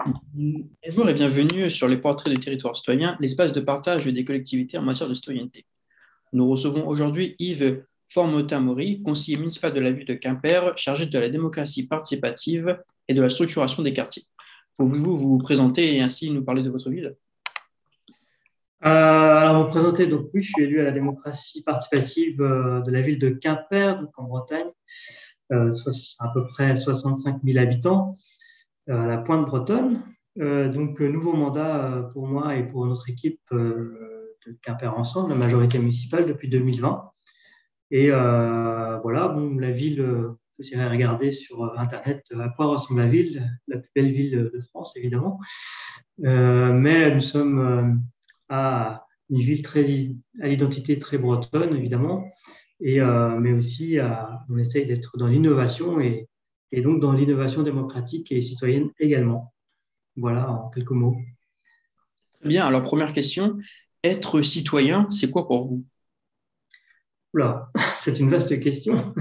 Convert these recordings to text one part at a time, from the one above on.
Bonjour et bienvenue sur les portraits du territoire citoyen, l'espace de partage des collectivités en matière de citoyenneté. Nous recevons aujourd'hui Yves Formotin-Maury, conseiller municipal de la ville de Quimper, chargé de la démocratie participative et de la structuration des quartiers. Pouvez-vous vous présenter et ainsi nous parler de votre ville? Alors, vous présenter, donc oui, je suis élu à la démocratie participative de la ville de Quimper, donc en Bretagne, à peu près 65 000 habitants, à la pointe bretonne. Nouveau mandat pour moi et pour notre équipe de Quimper Ensemble, la majorité municipale depuis 2020. Et voilà, bon, la ville, vous irez regarder sur Internet à quoi ressemble la ville, la plus belle ville de France, évidemment. Mais nous sommes à une ville à l'identité très bretonne, évidemment, mais aussi on essaye d'être dans l'innovation et donc dans l'innovation démocratique et citoyenne également. Voilà, en quelques mots. Très bien, alors première question, être citoyen, c'est quoi pour vous? Oula, c'est une vaste question.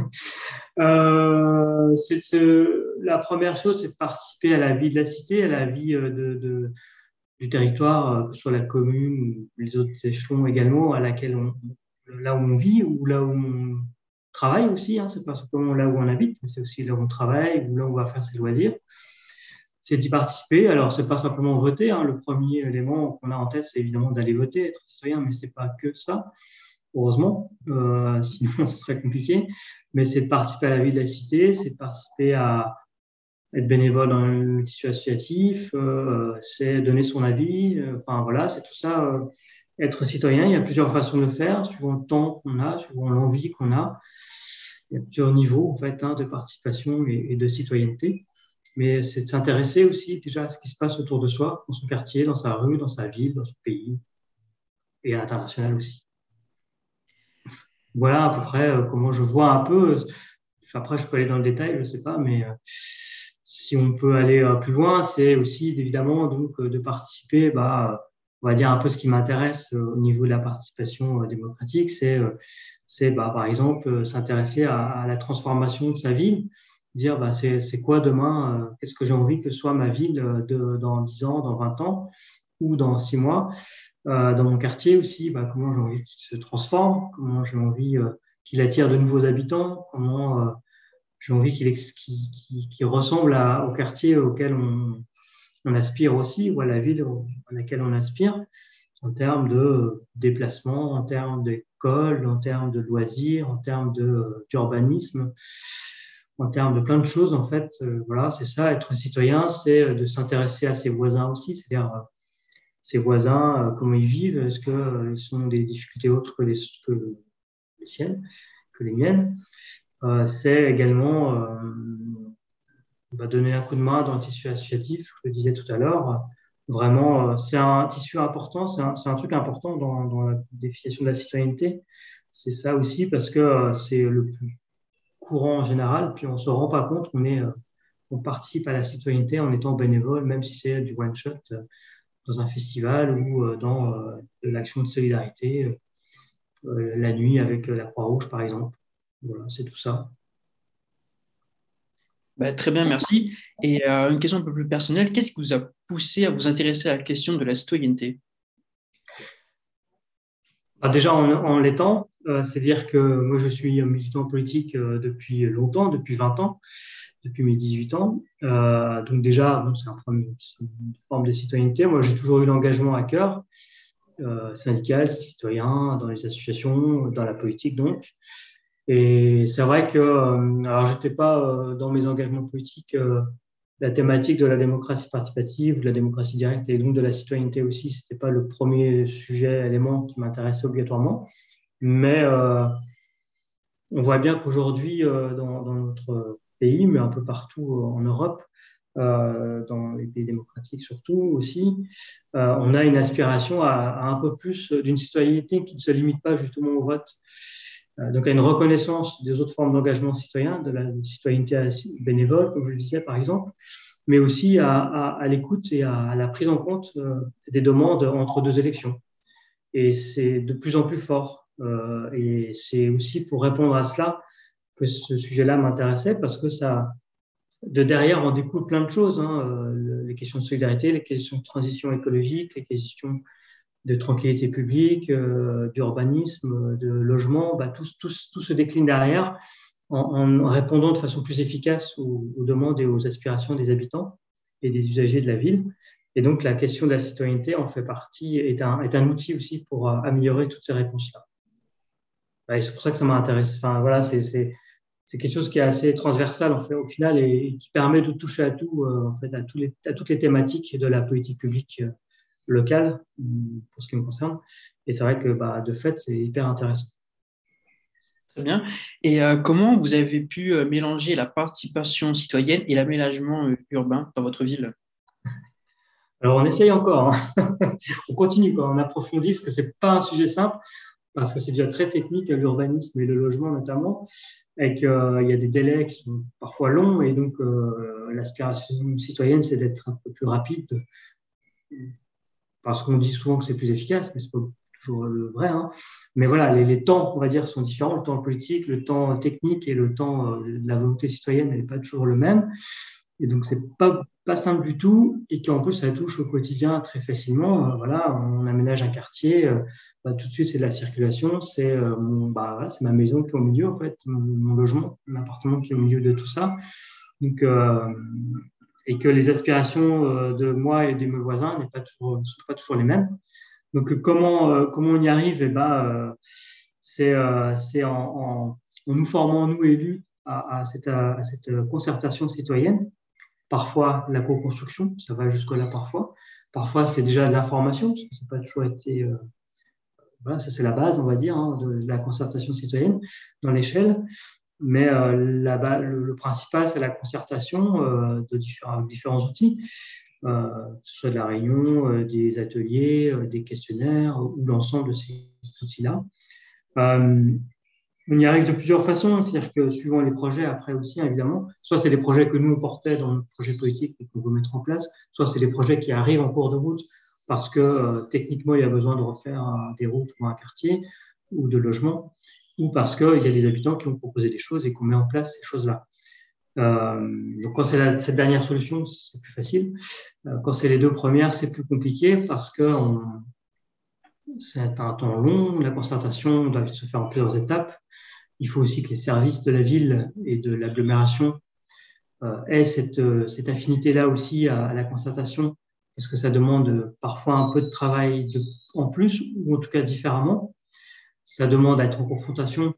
La première chose, c'est de participer à la vie de la cité, à la vie du territoire, que ce soit la commune ou les autres échelons également, là où on vit ou là où on travaille aussi. Hein, c'est pas simplement là où on habite, mais c'est aussi là où on travaille ou là où on va faire ses loisirs. C'est d'y participer. Alors, c'est pas simplement voter. Hein. Le premier élément qu'on a en tête, c'est évidemment d'aller voter, être citoyen, mais c'est pas que ça. Heureusement, sinon ce serait compliqué. Mais c'est de participer à la vie de la cité, c'est de participer à être bénévole dans un tissu associatif, c'est donner son avis, enfin voilà, c'est tout ça. Être citoyen, il y a plusieurs façons de le faire, suivant le temps qu'on a, suivant l'envie qu'on a. Il y a plusieurs niveaux en fait de participation et de citoyenneté. Mais c'est de s'intéresser aussi déjà à ce qui se passe autour de soi, dans son quartier, dans sa rue, dans sa ville, dans son pays et à l'international aussi. Voilà à peu près comment je vois un peu. Après, je peux aller dans le détail, je ne sais pas, mais si on peut aller plus loin, c'est aussi évidemment donc de participer, on va dire un peu ce qui m'intéresse au niveau de la participation démocratique, par exemple s'intéresser à la transformation de sa ville, dire c'est quoi demain, qu'est-ce que j'ai envie que soit ma ville dans 10 ans, dans 20 ans ou dans 6 mois. Dans mon quartier aussi, comment j'ai envie qu'il se transforme, comment j'ai envie qu'il attire de nouveaux habitants, comment j'ai envie qu'il ressemble au quartier auquel on aspire aussi, ou à la ville à laquelle on aspire, en termes de déplacement, en termes d'école, en termes de loisirs, en termes d'urbanisme, en termes de plein de choses, en fait. Voilà, c'est ça, être citoyen, c'est de s'intéresser à ses voisins aussi, c'est-à-dire ses voisins, comment ils vivent, est-ce qu'ils ont des difficultés autres que les siennes, que les miennes. C'est également donner un coup de main dans le tissu associatif, je le disais tout à l'heure. Vraiment, c'est un tissu important, c'est un truc important dans la définition de la citoyenneté. C'est ça aussi parce que c'est le plus courant en général, puis on ne se rend pas compte, on participe à la citoyenneté en étant bénévole, même si c'est du one-shot dans un festival ou dans de l'action de solidarité, la nuit avec la Croix-Rouge, par exemple. Voilà, c'est tout ça. Très bien, merci. Et une question un peu plus personnelle, qu'est-ce qui vous a poussé à vous intéresser à la question de la citoyenneté? Déjà en l'étant, c'est-à-dire que moi je suis un militant politique depuis longtemps, depuis 20 ans, depuis mes 18 ans. Donc déjà, bon, c'est une forme de citoyenneté. Moi j'ai toujours eu l'engagement à cœur, syndical, citoyen, dans les associations, dans la politique donc. Et c'est vrai que, alors j'étais pas dans mes engagements politiques la thématique de la démocratie participative, de la démocratie directe et donc de la citoyenneté aussi, c'était pas le premier sujet, élément qui m'intéressait obligatoirement. Mais on voit bien qu'aujourd'hui, dans notre pays, mais un peu partout en Europe, dans les pays démocratiques surtout aussi, on a une aspiration à un peu plus d'une citoyenneté qui ne se limite pas justement au vote. Donc à une reconnaissance des autres formes d'engagement citoyen, de la citoyenneté bénévole, comme je le disais par exemple, mais aussi à l'écoute et à la prise en compte des demandes entre deux élections. Et c'est de plus en plus fort. Et c'est aussi pour répondre à cela que ce sujet-là m'intéressait parce que de derrière, on découle plein de choses, hein, les questions de solidarité, les questions de transition écologique, les questions de tranquillité publique, d'urbanisme, de logement, tout se décline derrière en répondant de façon plus efficace aux demandes et aux aspirations des habitants et des usagers de la ville. Et donc, la question de la citoyenneté en fait partie, est un outil aussi pour améliorer toutes ces réponses-là. Et c'est pour ça que ça m'intéresse. Enfin, voilà, c'est quelque chose qui est assez transversal en fait, au final et qui permet de toucher à tout, en fait, à toutes les thématiques de la politique publique locale, pour ce qui me concerne. Et c'est vrai que de fait, c'est hyper intéressant. Très bien. Et comment vous avez pu mélanger la participation citoyenne et l'aménagement urbain dans votre ville? Alors, on essaye encore, hein. On continue, quoi. On approfondit parce que c'est pas un sujet simple, parce que c'est déjà très technique, l'urbanisme et le logement notamment, et qu'il y a des délais qui sont parfois longs, et donc l'aspiration citoyenne, c'est d'être un peu plus rapide, parce qu'on dit souvent que c'est plus efficace, mais c'est pas toujours le vrai, hein. Mais voilà, les temps, on va dire, sont différents. Le temps politique, le temps technique et le temps de la volonté citoyenne n'est pas toujours le même. Et donc, c'est pas simple du tout et qu'en plus, ça touche au quotidien très facilement. Voilà, on aménage un quartier, tout de suite, c'est de la circulation, c'est voilà, c'est ma maison qui est au milieu, en fait, mon logement, mon appartement qui est au milieu de tout ça. Donc, et que les aspirations de moi et de mes voisins sont pas toujours les mêmes. Donc, comment on y arrive? C'est en nous formant, nous élus, à cette concertation citoyenne. Parfois, la co-construction, ça va jusque-là parfois. Parfois, c'est déjà de l'information, parce que ça n'a pas toujours été. Voilà, ça, c'est la base, on va dire, hein, de la concertation citoyenne dans l'échelle. Mais le principal, c'est la concertation de différents outils, que ce soit de la réunion, des ateliers, des questionnaires ou l'ensemble de ces outils-là. On y arrive de plusieurs façons, c'est-à-dire que suivant les projets, après aussi, évidemment, soit c'est des projets que nous, on portait dans notre projet politique et qu'on veut mettre en place, soit c'est des projets qui arrivent en cours de route parce que techniquement, il y a besoin de refaire des routes ou un quartier ou de logement, ou parce qu'il y a des habitants qui ont proposé des choses et qu'on met en place ces choses-là. Donc, quand c'est cette dernière solution, c'est plus facile. Quand c'est les deux premières, c'est plus compliqué parce que c'est un temps long, la concertation doit se faire en plusieurs étapes. Il faut aussi que les services de la ville et de l'agglomération aient cette affinité-là aussi à la concertation, parce que ça demande parfois un peu de travail en plus, ou en tout cas différemment. Ça demande à être en confrontation,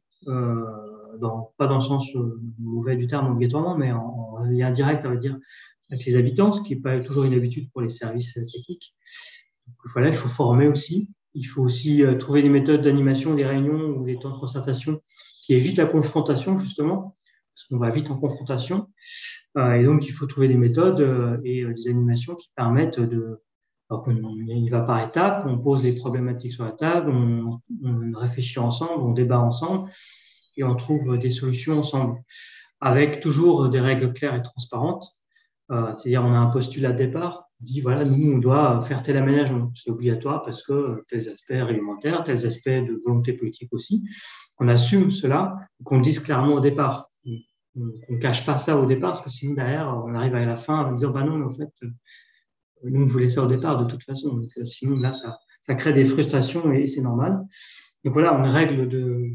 pas dans le sens mauvais du terme obligatoirement, mais en lien direct, on va dire, avec les habitants, ce qui n'est pas toujours une habitude pour les services techniques. Donc, voilà, il faut former aussi. Il faut aussi trouver des méthodes d'animation, des réunions ou des temps de concertation qui évitent la confrontation, justement, parce qu'on va vite en confrontation. Et donc, il faut trouver des méthodes et des animations qui permettent alors on y va par étapes, on pose les problématiques sur la table, on réfléchit ensemble, on débat ensemble et on trouve des solutions ensemble, avec toujours des règles claires et transparentes. C'est-à-dire, on a un postulat de départ, on dit voilà, nous, on doit faire tel aménagement. C'est obligatoire parce que tels aspects réglementaires, tels aspects de volonté politique aussi. On assume cela, qu'on le dise clairement au départ. On ne cache pas ça au départ, parce que sinon, derrière, on arrive à la fin en disant bah non, mais en fait, nous, on voulait ça au départ de toute façon. Donc, sinon, là, ça crée des frustrations et c'est normal. Donc voilà, on règle de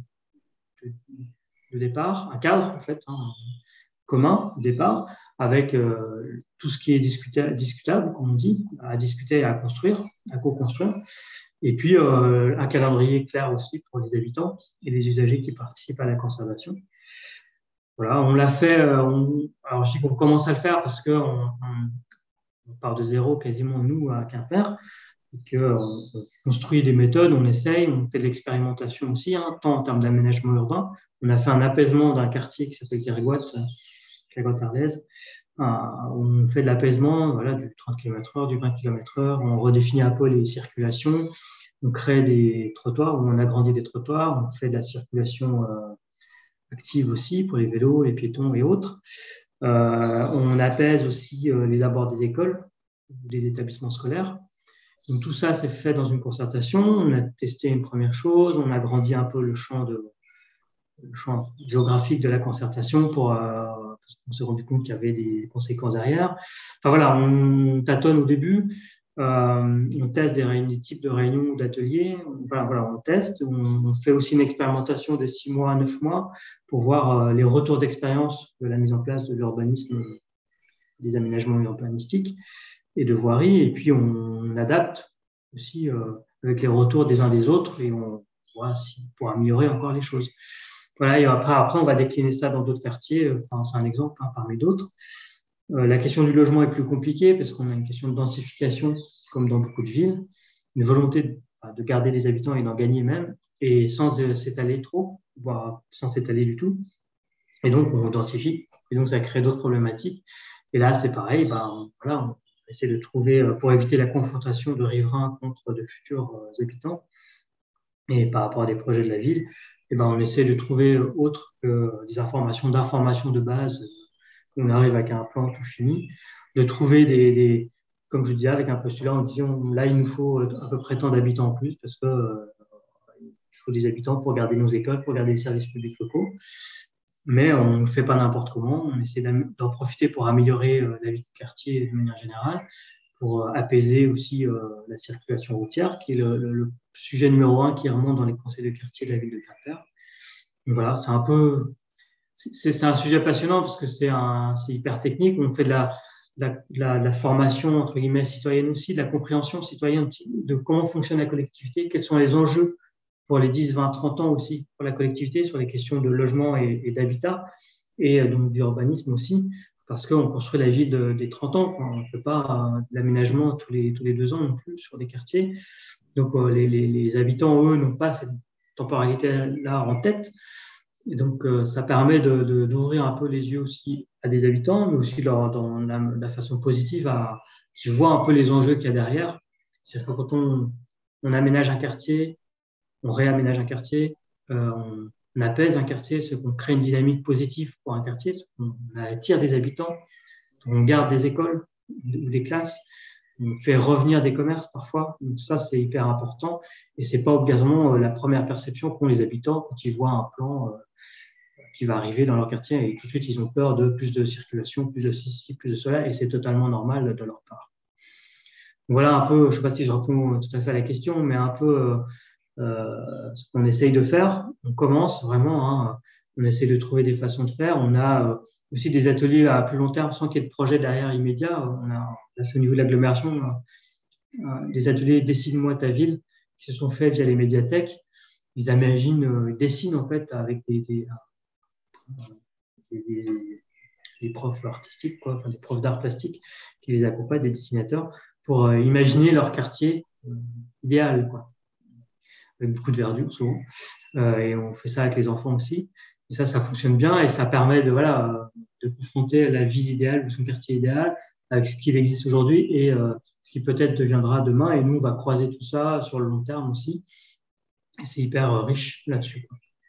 départ, un cadre, en fait, hein, commun au départ, avec tout ce qui est discutable, comme on dit, à discuter et à construire, à co-construire. Et puis, un calendrier clair aussi pour les habitants et les usagers qui participent à la conservation. Voilà, on l'a fait. Alors, je dis qu'on commence à le faire parce qu'on part de zéro quasiment, nous, à Quimper. On construit des méthodes, on essaye, on fait de l'expérimentation aussi, hein, tant en termes d'aménagement urbain. On a fait un apaisement d'un quartier qui s'appelle Kergoat-Arlez. On fait de l'apaisement, voilà, du 30 km/h, du 20 km/h. On redéfinit un peu les circulations. On crée des trottoirs, on agrandit des trottoirs. On fait de la circulation active aussi pour les vélos, les piétons et autres. On apaise aussi les abords des écoles, des établissements scolaires. Donc, tout ça, c'est fait dans une concertation. On a testé une première chose, on a grandi un peu le champ géographique de la concertation parce parce qu'on s'est rendu compte qu'il y avait des conséquences derrière. Enfin voilà, on tâtonne au début, on teste des types de réunions ou d'ateliers, voilà, on teste, on fait aussi une expérimentation de 6 mois à 9 mois pour voir les retours d'expérience de la mise en place de l'urbanisme, des aménagements urbanistiques et de voirie, et puis on adapte aussi avec les retours des uns des autres et on voit pour améliorer encore les choses. Voilà, et après, on va décliner ça dans d'autres quartiers. Enfin, c'est un exemple parmi d'autres. La question du logement est plus compliquée parce qu'on a une question de densification, comme dans beaucoup de villes, une volonté de garder des habitants et d'en gagner même, et sans s'étaler trop, voire sans s'étaler du tout. Et donc, on densifie, et donc ça crée d'autres problématiques. Et là, c'est pareil, voilà, on essaie de trouver, pour éviter la confrontation de riverains contre de futurs habitants, et par rapport à des projets de la ville, on essaie de trouver autre que des informations d'information de base. On arrive avec un plan tout fini, de trouver comme je disais, avec un postulat en disant là, il nous faut à peu près tant d'habitants en plus parce que il faut des habitants pour garder nos écoles, pour garder les services publics locaux. Mais on ne le fait pas n'importe comment. On essaie d'en profiter pour améliorer la vie du quartier de manière générale, pour apaiser aussi la circulation routière, qui est le sujet numéro 1 qui remonte dans les conseils de quartier de la ville de Quimper. Donc voilà, c'est un sujet passionnant parce que c'est hyper technique. On fait de la formation, entre guillemets, citoyenne aussi, de la compréhension citoyenne de comment fonctionne la collectivité, quels sont les enjeux pour les 10, 20, 30 ans aussi pour la collectivité sur les questions de logement et d'habitat et donc d'urbanisme aussi, parce qu'on construit la ville des 30 ans. On ne fait pas l'aménagement tous les 2 ans non plus sur des quartiers. Donc les habitants, eux, n'ont pas cette temporalité-là en tête. Et donc, ça permet d'ouvrir un peu les yeux aussi à des habitants, mais aussi dans la façon positive qui voient un peu les enjeux qu'il y a derrière. C'est-à-dire que quand on aménage un quartier, on réaménage un quartier, on apaise un quartier, c'est qu'on crée une dynamique positive pour un quartier, on attire des habitants, on garde des écoles ou des classes, on fait revenir des commerces parfois. Donc ça, c'est hyper important et c'est pas obligatoirement la première perception qu'ont les habitants quand ils voient un plan qui va arriver dans leur quartier et tout de suite, ils ont peur de plus de circulation, plus de ceci, plus de cela et c'est totalement normal de leur part. Voilà un peu, je ne sais pas si je réponds tout à fait à la question, mais un peu ce qu'on essaye de faire. On commence vraiment, on essaie de trouver des façons de faire. On a aussi des ateliers à plus long terme sans qu'il y ait de projet derrière immédiat. Là, c'est au niveau de l'agglomération, des ateliers Dessine-moi ta ville qui se sont faits via les médiathèques. Ils imaginent, ils dessinent en fait avec des profs artistiques, des profs d'art plastique qui les accompagnent, des dessinateurs, pour imaginer leur quartier idéal, avec beaucoup de verdure souvent. Et on fait ça avec les enfants aussi. Et ça fonctionne bien et ça permet de confronter la ville idéale ou son quartier idéal avec ce qu'il existe aujourd'hui et ce qui peut-être deviendra demain. Et nous, on va croiser tout ça sur le long terme aussi. Et c'est hyper riche là-dessus.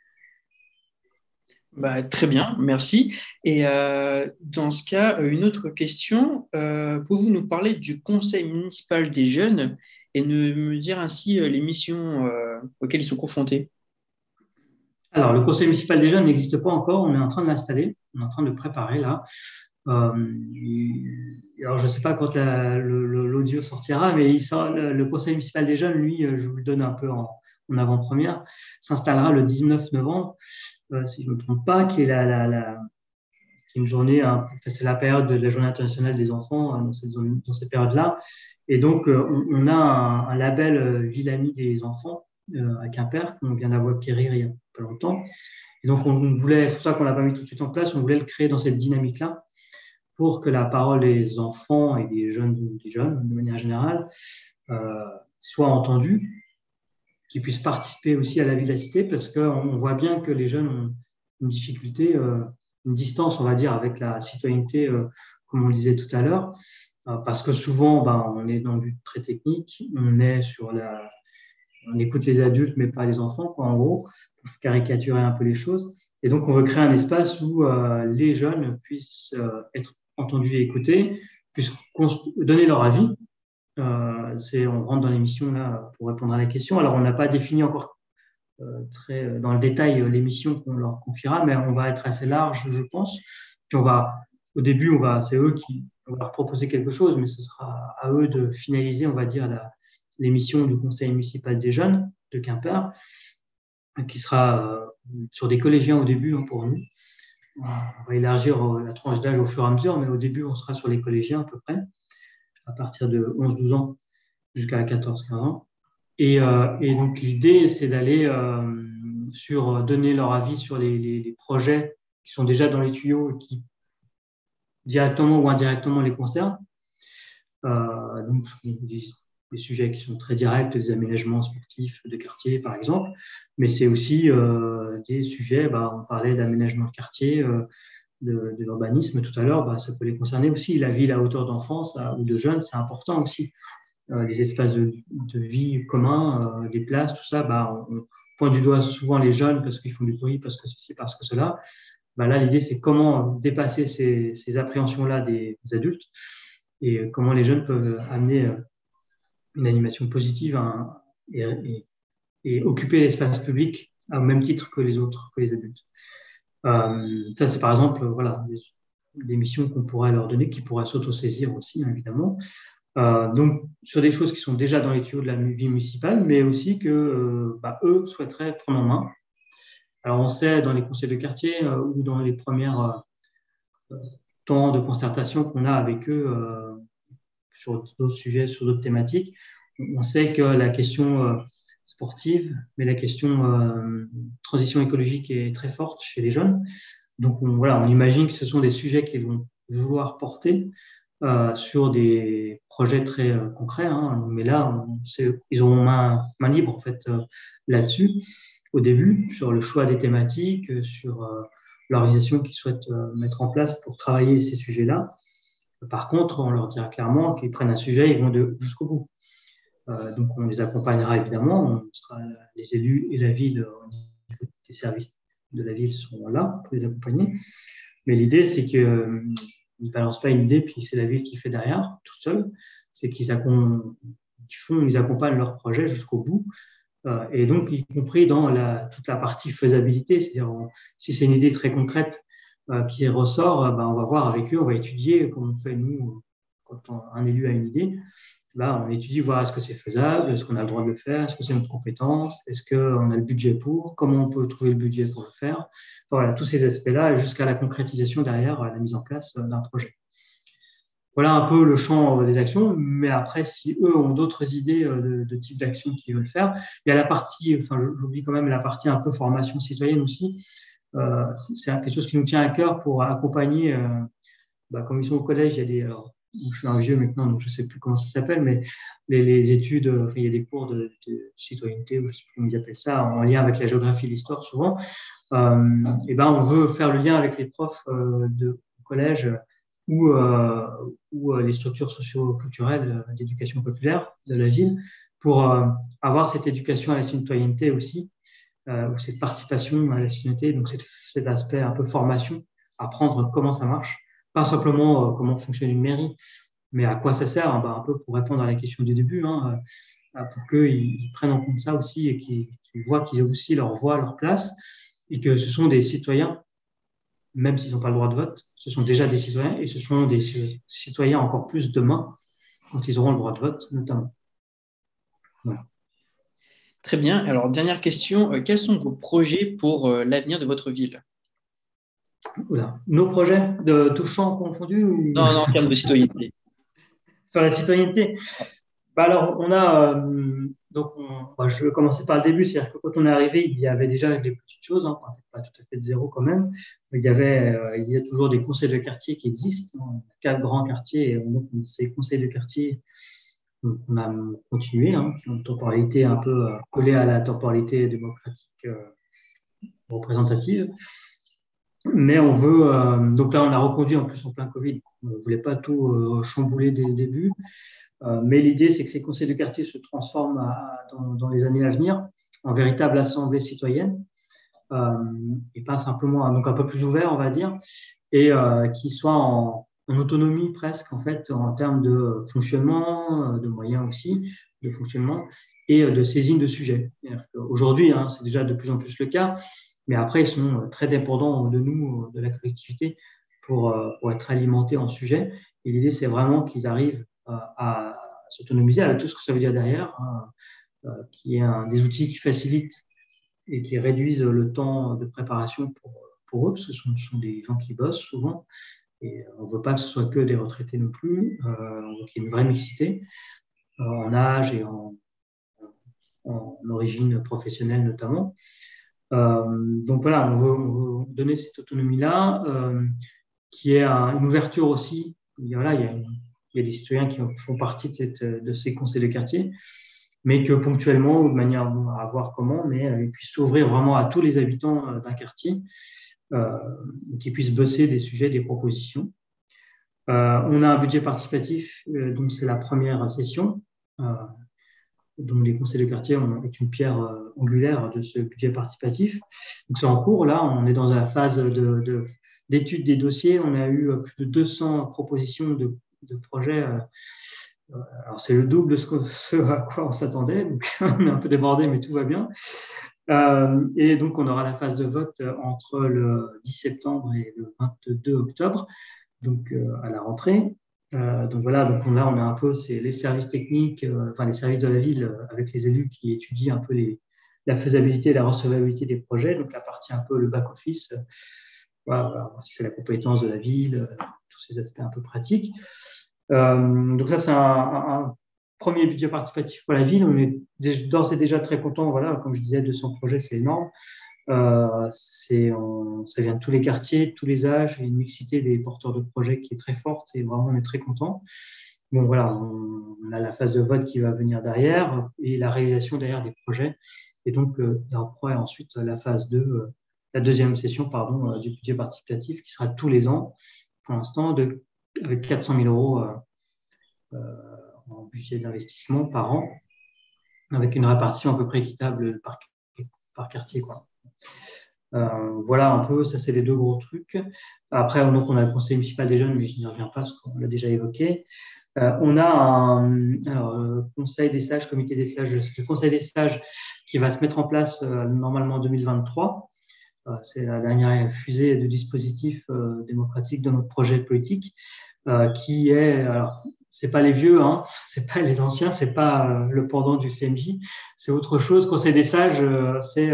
Très bien, merci. Et dans ce cas, une autre question. Pouvez-vous nous parler du Conseil municipal des jeunes et me dire ainsi les missions auxquelles ils sont confrontés? Alors, le Conseil municipal des jeunes n'existe pas encore. On est en train de l'installer. On est en train de le préparer là. Alors, je ne sais pas quand l'audio sortira, mais le Conseil municipal des jeunes, lui, je vous le donne un peu en avant-première, s'installera le 19 novembre, si je ne me trompe pas, qui est une journée, c'est la période de la Journée internationale des enfants dans cette période-là. Et donc, on a un label Ville Amie des enfants à Quimper qu'on vient d'avoir acquérir il y a pas longtemps. Et donc, c'est pour ça qu'on l'a pas mis tout de suite en place, on voulait le créer dans cette dynamique-là pour que la parole des enfants et des jeunes de manière générale, soit entendue, qu'ils puissent participer aussi à la vie de la cité, parce qu'on voit bien que les jeunes ont une difficulté, une distance, on va dire, avec la citoyenneté, comme on le disait tout à l'heure, parce que souvent, on est dans le but très technique, on écoute les adultes, mais pas les enfants, en gros, pour caricaturer un peu les choses. Et donc, on veut créer un espace où les jeunes puissent être entendus et écoutés, puissent donner leur avis. On rentre dans l'émission là pour répondre à la question. Alors, on n'a pas défini encore très dans le détail les missions qu'on leur confiera, mais on va être assez large, je pense, Puis au début, c'est eux qui on va leur proposer quelque chose, mais ce sera à eux de finaliser, on va dire, l'émission du Conseil municipal des jeunes de Quimper, qui sera sur des collégiens au début pour nous. On va élargir la tranche d'âge au fur et à mesure, mais au début, on sera sur les collégiens à peu près, à partir de 11-12 ans jusqu'à 14-15 ans. Et donc, l'idée, c'est d'aller donner leur avis sur les projets qui sont déjà dans les tuyaux et qui directement ou indirectement les concernent. Donc, des sujets qui sont très directs, des aménagements sportifs de quartier, par exemple, mais c'est aussi des sujets, on parlait d'aménagement de quartier, de l'urbanisme tout à l'heure, ça peut les concerner aussi. La ville à hauteur d'enfance ou de jeunes, c'est important aussi. Les espaces de vie communs, des places, tout ça, on pointe du doigt souvent les jeunes parce qu'ils font du bruit, parce que ceci, parce que cela. Là, l'idée, c'est comment dépasser ces appréhensions-là des adultes et comment les jeunes peuvent amener une animation positive et occuper l'espace public au même titre que les autres, que les adultes. Ça, c'est par exemple des missions qu'on pourrait leur donner, qui pourraient s'autosaisir aussi, évidemment. Donc, sur des choses qui sont déjà dans les tuyaux de la vie municipale, mais aussi que eux souhaiteraient prendre en main. Alors, on sait dans les conseils de quartier ou dans les premiers temps de concertation qu'on a avec eux sur d'autres sujets, sur d'autres thématiques, on sait que la question sportive, mais la question transition écologique est très forte chez les jeunes. Donc, on imagine que ce sont des sujets qu'ils vont vouloir porter sur des projets très concrets. Mais là, ils auront main libre en fait là-dessus au début, sur le choix des thématiques, sur l'organisation qu'ils souhaitent mettre en place pour travailler ces sujets-là. Par contre, on leur dira clairement qu'ils prennent un sujet, ils vont jusqu'au bout. Donc, on les accompagnera évidemment. Les élus et la ville, les services de la ville sont là pour les accompagner. Mais l'idée, c'est qu'ils ne balancent pas une idée, puis c'est la ville qui fait derrière, tout seul. C'est qu'ils accompagnent leur projet jusqu'au bout. Et donc, y compris dans toute la partie faisabilité, c'est-à-dire si c'est une idée très concrète qui ressort, on va voir avec eux, on va étudier comme on fait nous quand un élu a une idée. Là, on étudie, voir est-ce que c'est faisable, est-ce qu'on a le droit de le faire, est-ce que c'est notre compétence, est-ce qu'on a le budget pour, comment on peut trouver le budget pour le faire. Voilà, tous ces aspects-là, jusqu'à la concrétisation derrière la mise en place d'un projet. Voilà un peu le champ des actions, mais après, si eux ont d'autres idées de type d'action qu'ils veulent faire, il y a la partie, j'oublie quand même la partie un peu formation citoyenne aussi. C'est quelque chose qui nous tient à cœur pour accompagner, comme ils sont au collège, il y a je suis un vieux maintenant, donc je ne sais plus comment ça s'appelle, mais les études, il y a des cours de citoyenneté, ou je ne sais plus comment ils appellent ça, en lien avec la géographie et l'histoire souvent. On veut faire le lien avec les profs de collège ou les structures socio-culturelles d'éducation populaire de la ville pour avoir cette éducation à la citoyenneté aussi, ou cette participation à la citoyenneté, donc cet aspect un peu formation, apprendre comment ça marche. Pas simplement comment fonctionne une mairie, mais à quoi ça sert, un peu pour répondre à la question du début, pour qu'ils prennent en compte ça aussi et qu'ils voient qu'ils ont aussi leur voix, leur place, et que ce sont des citoyens, même s'ils n'ont pas le droit de vote, ce sont déjà des citoyens, et ce seront des citoyens encore plus demain, quand ils auront le droit de vote, notamment. Voilà. Très bien. Alors, dernière question, quels sont vos projets pour l'avenir de votre ville? Voilà. Nos projets de tout champ confondu ou... Non, en termes de citoyenneté. Sur la citoyenneté. Alors, on a. Je vais commencer par le début. C'est-à-dire que quand on est arrivé, il y avait déjà des petites choses, pas tout à fait de zéro quand même. Il y a toujours des conseils de quartier qui existent. 4 grands quartiers. Et ces conseils de quartier, on a continué, qui ont une temporalité un peu collée à la temporalité démocratique représentative. Mais on veut. Donc là, on a reconduit en plus en plein Covid. On ne voulait pas tout chambouler dès le début. Mais l'idée, c'est que ces conseils de quartier se transforment dans les années à venir en véritable assemblée citoyenne et pas simplement donc un peu plus ouvert, on va dire, et qui soit en autonomie presque en fait en termes de fonctionnement, de moyens aussi de fonctionnement et de saisine de sujets. Aujourd'hui, c'est déjà de plus en plus le cas, mais après ils sont très dépendants de nous, de la collectivité, pour être alimentés en sujet. Et l'idée, c'est vraiment qu'ils arrivent à s'autonomiser avec tout ce que ça veut dire derrière, hein, qui est des outils qui facilitent et qui réduisent le temps de préparation pour eux, parce que ce sont des gens qui bossent souvent. Et on ne veut pas que ce soit que des retraités non plus. On veut qu'il y ait une vraie mixité en âge et en origine professionnelle notamment. Donc voilà, on veut donner cette autonomie-là, qui est une ouverture aussi. Voilà, il y a des citoyens qui font partie de ces conseils de quartier, mais que ponctuellement, ou de manière à voir comment, mais ils puissent s'ouvrir vraiment à tous les habitants d'un quartier, qui puissent bosser des sujets, des propositions. On a un budget participatif, donc c'est la première session, dont les conseils de quartier est une pierre angulaire de ce budget participatif. Donc c'est en cours, là, on est dans la phase d'étude des dossiers. On a eu plus de 200 propositions de projets. Alors c'est le double de ce à quoi on s'attendait, donc on est un peu débordé, mais tout va bien. Et donc on aura la phase de vote entre le 10 septembre et le 22 octobre, donc à la rentrée. Donc voilà, donc là on a un peu les services techniques, les services de la ville avec les élus qui étudient un peu la faisabilité et la recevabilité des projets, donc la partie un peu le back-office, voilà, c'est la compétence de la ville, tous ces aspects un peu pratiques. Donc ça c'est un premier budget participatif pour la ville. On est d'ores et déjà très content, voilà, comme je disais, 200 projets, c'est énorme. Ça vient de tous les quartiers, de tous les âges, et une mixité des porteurs de projets qui est très forte et vraiment on est très content. Bon voilà, on a la phase de vote qui va venir derrière et la réalisation derrière des projets. Et donc après ensuite la phase 2, la deuxième session du budget participatif qui sera tous les ans pour l'instant avec 400 000 euros en budget d'investissement par an, avec une répartition à peu près équitable par quartier, quoi. Voilà un peu, ça c'est les deux gros trucs. Après, donc, on a le conseil municipal des jeunes, mais je n'y reviens pas parce qu'on l'a déjà évoqué. On a conseil des sages, comité des sages, le conseil des sages qui va se mettre en place normalement en 2023. C'est la dernière fusée de dispositifs démocratiques de notre projet politique, qui est, alors, c'est pas les vieux, hein, c'est pas les anciens, c'est pas le pendant du CMJ, c'est autre chose. Conseil des sages, c'est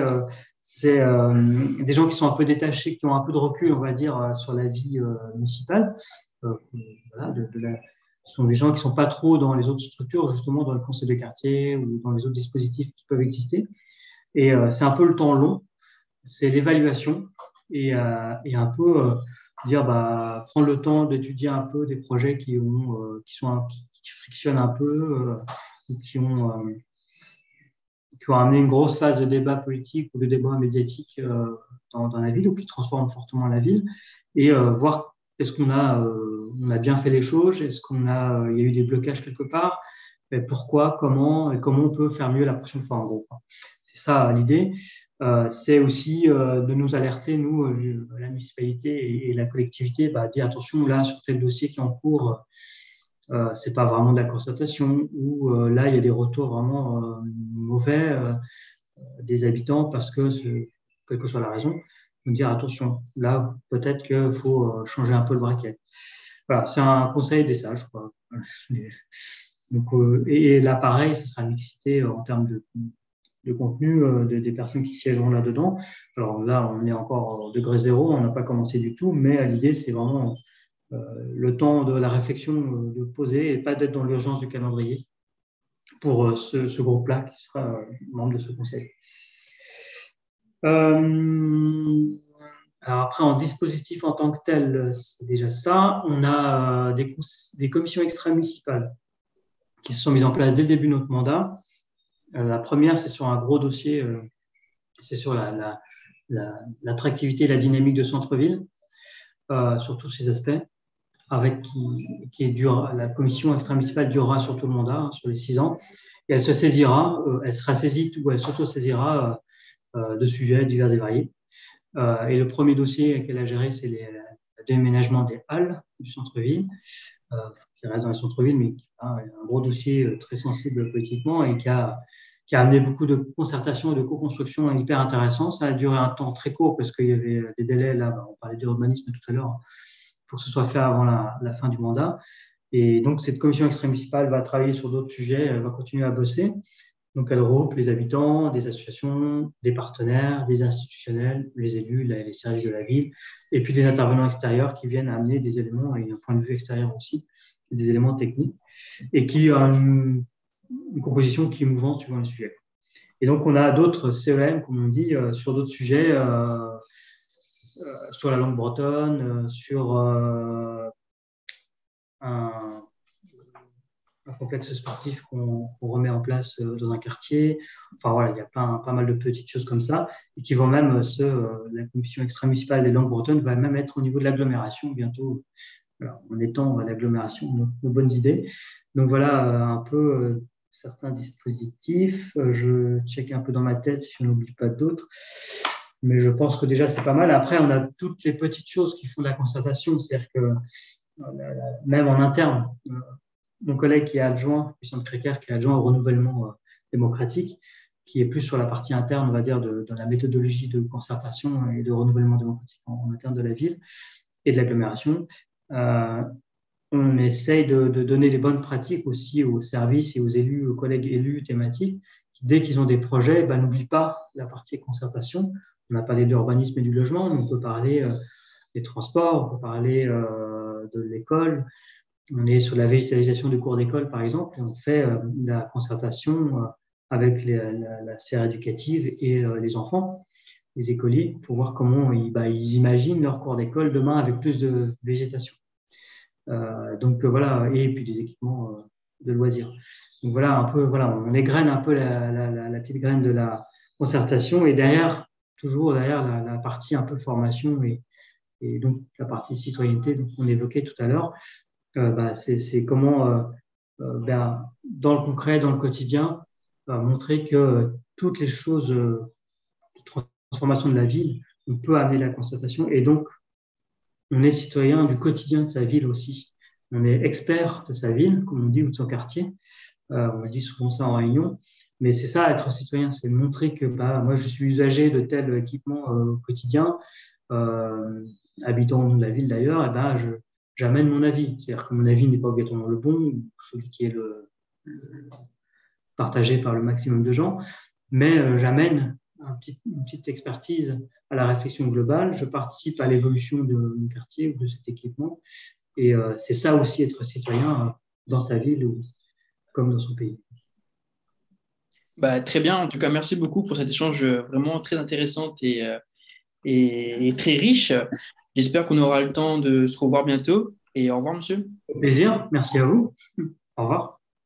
des gens qui sont un peu détachés, qui ont un peu de recul, on va dire, sur la vie municipale. Voilà, ce sont des gens qui ne sont pas trop dans les autres structures, justement dans le conseil de quartier ou dans les autres dispositifs qui peuvent exister. Et c'est un peu le temps long, c'est l'évaluation et un peu dire, prendre le temps d'étudier un peu des projets qui frictionnent un peu, ou qui ont amené une grosse phase de débat politique ou de débat médiatique dans la ville, ou qui transforment fortement la ville, et voir est-ce qu'on a bien fait les choses, est-ce il y a eu des blocages quelque part, et pourquoi, comment, et comment on peut faire mieux la prochaine fois, en gros. C'est ça l'idée. C'est aussi de nous alerter, nous, la municipalité et la collectivité, dire attention, là, sur tel dossier qui est en cours, c'est pas vraiment de la constatation, ou là, il y a des retours vraiment mauvais des habitants parce que, quelle que soit la raison, nous dire attention, là, peut-être qu'il faut changer un peu le braquet. Voilà, c'est un conseil des sages, quoi. Donc, et là, pareil, ce sera une mixité en termes de contenu des personnes qui siégeront là-dedans. Alors là, on est encore au degré zéro, on n'a pas commencé du tout, mais l'idée, c'est vraiment le temps de la réflexion de poser et pas d'être dans l'urgence du calendrier pour ce groupe-là qui sera membre de ce conseil. Alors après, en dispositif en tant que tel, c'est déjà ça. On a des commissions extra-municipales qui se sont mises en place dès le début de notre mandat. La première, c'est sur un gros dossier, c'est sur l'attractivité et la dynamique de centre-ville, sur tous ces aspects, la commission extra-municipale durera sur tout le mandat, hein, sur les 6 ans, et elle se saisira, elle sera saisie ou elle s'auto-saisira de sujets divers et variés. Et le premier dossier qu'elle a géré, c'est le déménagement des halles du centre-ville, qui reste dans le centre-ville, mais qui a un gros dossier très sensible politiquement et qui a amené beaucoup de concertation et de co-construction hyper intéressant. Ça a duré un temps très court parce qu'il y avait des délais, là, on parlait d'urbanisme tout à l'heure, pour que ce soit fait avant la fin du mandat. Et donc, cette commission extra-municipale va travailler sur d'autres sujets, elle va continuer à bosser. Donc, elle regroupe les habitants, des associations, des partenaires, des institutionnels, les élus, les services de la ville, et puis des intervenants extérieurs qui viennent amener des éléments et un point de vue extérieur aussi, des éléments techniques, et qui a une composition qui est mouvante suivant les sujets. Et donc, on a d'autres CEM, comme on dit, sur d'autres sujets, sur la langue bretonne, sur un complexe sportif qu'on remet en place dans un quartier. Enfin voilà, il y a pas mal de petites choses comme ça, et qui vont même, la commission extra-municipale des langues bretonnes va même être au niveau de l'agglomération bientôt, voilà, en étant l'agglomération, de bonnes idées. Donc voilà un peu certains dispositifs. Je check un peu dans ma tête si je n'oublie pas d'autres. Mais je pense que déjà, c'est pas mal. Après, on a toutes les petites choses qui font de la concertation. C'est-à-dire que même en interne, mon collègue qui est adjoint, Lucien Créquer, qui est adjoint au renouvellement démocratique, qui est plus sur la partie interne, on va dire, de la méthodologie de concertation et de renouvellement démocratique en interne de la ville et de l'agglomération. On essaye de donner les bonnes pratiques aussi aux services et aux élus, aux collègues élus thématiques, qui, dès qu'ils ont des projets, n'oublient pas la partie concertation. On a parlé de l'urbanisme et du logement, mais on peut parler des transports, on peut parler de l'école. On est sur la végétalisation du cours d'école, par exemple, et on fait la concertation avec la sphère éducative et les enfants, les écoliers, pour voir comment ils imaginent leur cours d'école demain avec plus de végétation. Donc voilà, et puis des équipements de loisirs. Donc voilà, un peu, voilà, on égrène un peu la petite graine de la concertation, et derrière, toujours derrière la partie un peu formation et donc la partie citoyenneté qu'on évoquait tout à l'heure. C'est comment, dans le concret, dans le quotidien, montrer que toutes les choses de transformation de la ville, on peut amener la constatation, et donc on est citoyen du quotidien de sa ville aussi. On est expert de sa ville, comme on dit, ou de son quartier. On dit souvent ça en réunion. Mais c'est ça, être citoyen, c'est montrer que moi, je suis usager de tel équipement au quotidien, habitant de la ville d'ailleurs, et j'amène mon avis. C'est-à-dire que mon avis n'est pas obligatoirement le bon, ou celui qui est partagé par le maximum de gens, mais j'amène une petite expertise à la réflexion globale. Je participe à l'évolution de mon quartier ou de cet équipement. Et c'est ça aussi, être citoyen dans sa ville comme dans son pays. Très bien. En tout cas, merci beaucoup pour cet échange vraiment très intéressant et très riche. J'espère qu'on aura le temps de se revoir bientôt. Et au revoir, monsieur. Au plaisir. Merci à vous. Au revoir.